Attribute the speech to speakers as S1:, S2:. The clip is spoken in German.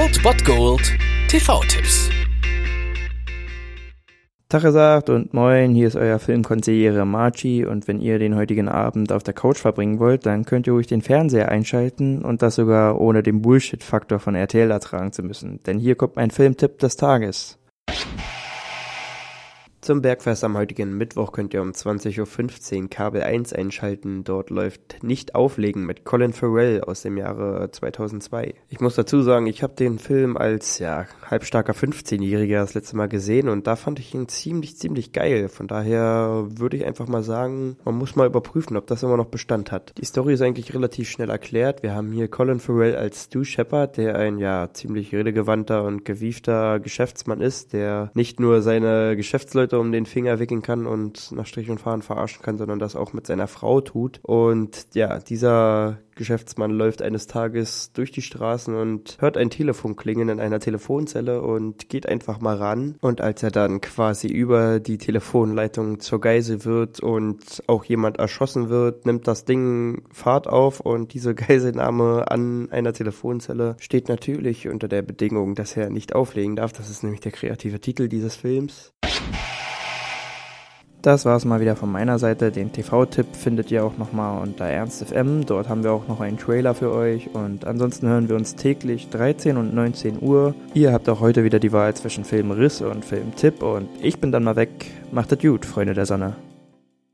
S1: Old Bot Gold TV-Tipps.
S2: Tag gesagt und moin, hier ist euer Filmkonsigliere Marci und wenn ihr den heutigen Abend auf der Couch verbringen wollt, dann könnt ihr ruhig den Fernseher einschalten und das sogar ohne den Bullshit-Faktor von RTL ertragen zu müssen, denn hier kommt mein Filmtipp des Tages. Zum Bergfest am heutigen Mittwoch könnt ihr um 20.15 Uhr Kabel 1 einschalten. Dort läuft Nicht auflegen mit Colin Farrell aus dem Jahre 2002. Ich muss dazu sagen, ich habe den Film als halbstarker 15-Jähriger das letzte Mal gesehen und da fand ich ihn ziemlich geil. Von daher würde ich einfach mal sagen, man muss mal überprüfen, ob das immer noch Bestand hat. Die Story ist eigentlich relativ schnell erklärt. Wir haben hier Colin Farrell als Stu Shepard, der ein ziemlich redegewandter und gewiefter Geschäftsmann ist, der nicht nur seine Geschäftsleute um den Finger wickeln kann und nach Strich und Faden verarschen kann, sondern das auch mit seiner Frau tut. Und dieser Geschäftsmann läuft eines Tages durch die Straßen und hört ein Telefon klingeln in einer Telefonzelle und geht einfach mal ran. Und als er dann quasi über die Telefonleitung zur Geisel wird und auch jemand erschossen wird, nimmt das Ding Fahrt auf und diese Geiselnahme an einer Telefonzelle steht natürlich unter der Bedingung, dass er nicht auflegen darf. Das ist nämlich der kreative Titel dieses Films. Das war's mal wieder von meiner Seite. Den TV-Tipp findet ihr auch nochmal unter Ernst FM. Dort haben wir auch noch einen Trailer für euch. Und ansonsten hören wir uns täglich 13 und 19 Uhr. Ihr habt auch heute wieder die Wahl zwischen Filmriss und Filmtipp. Und ich bin dann mal weg. Macht es gut, Freunde der Sonne.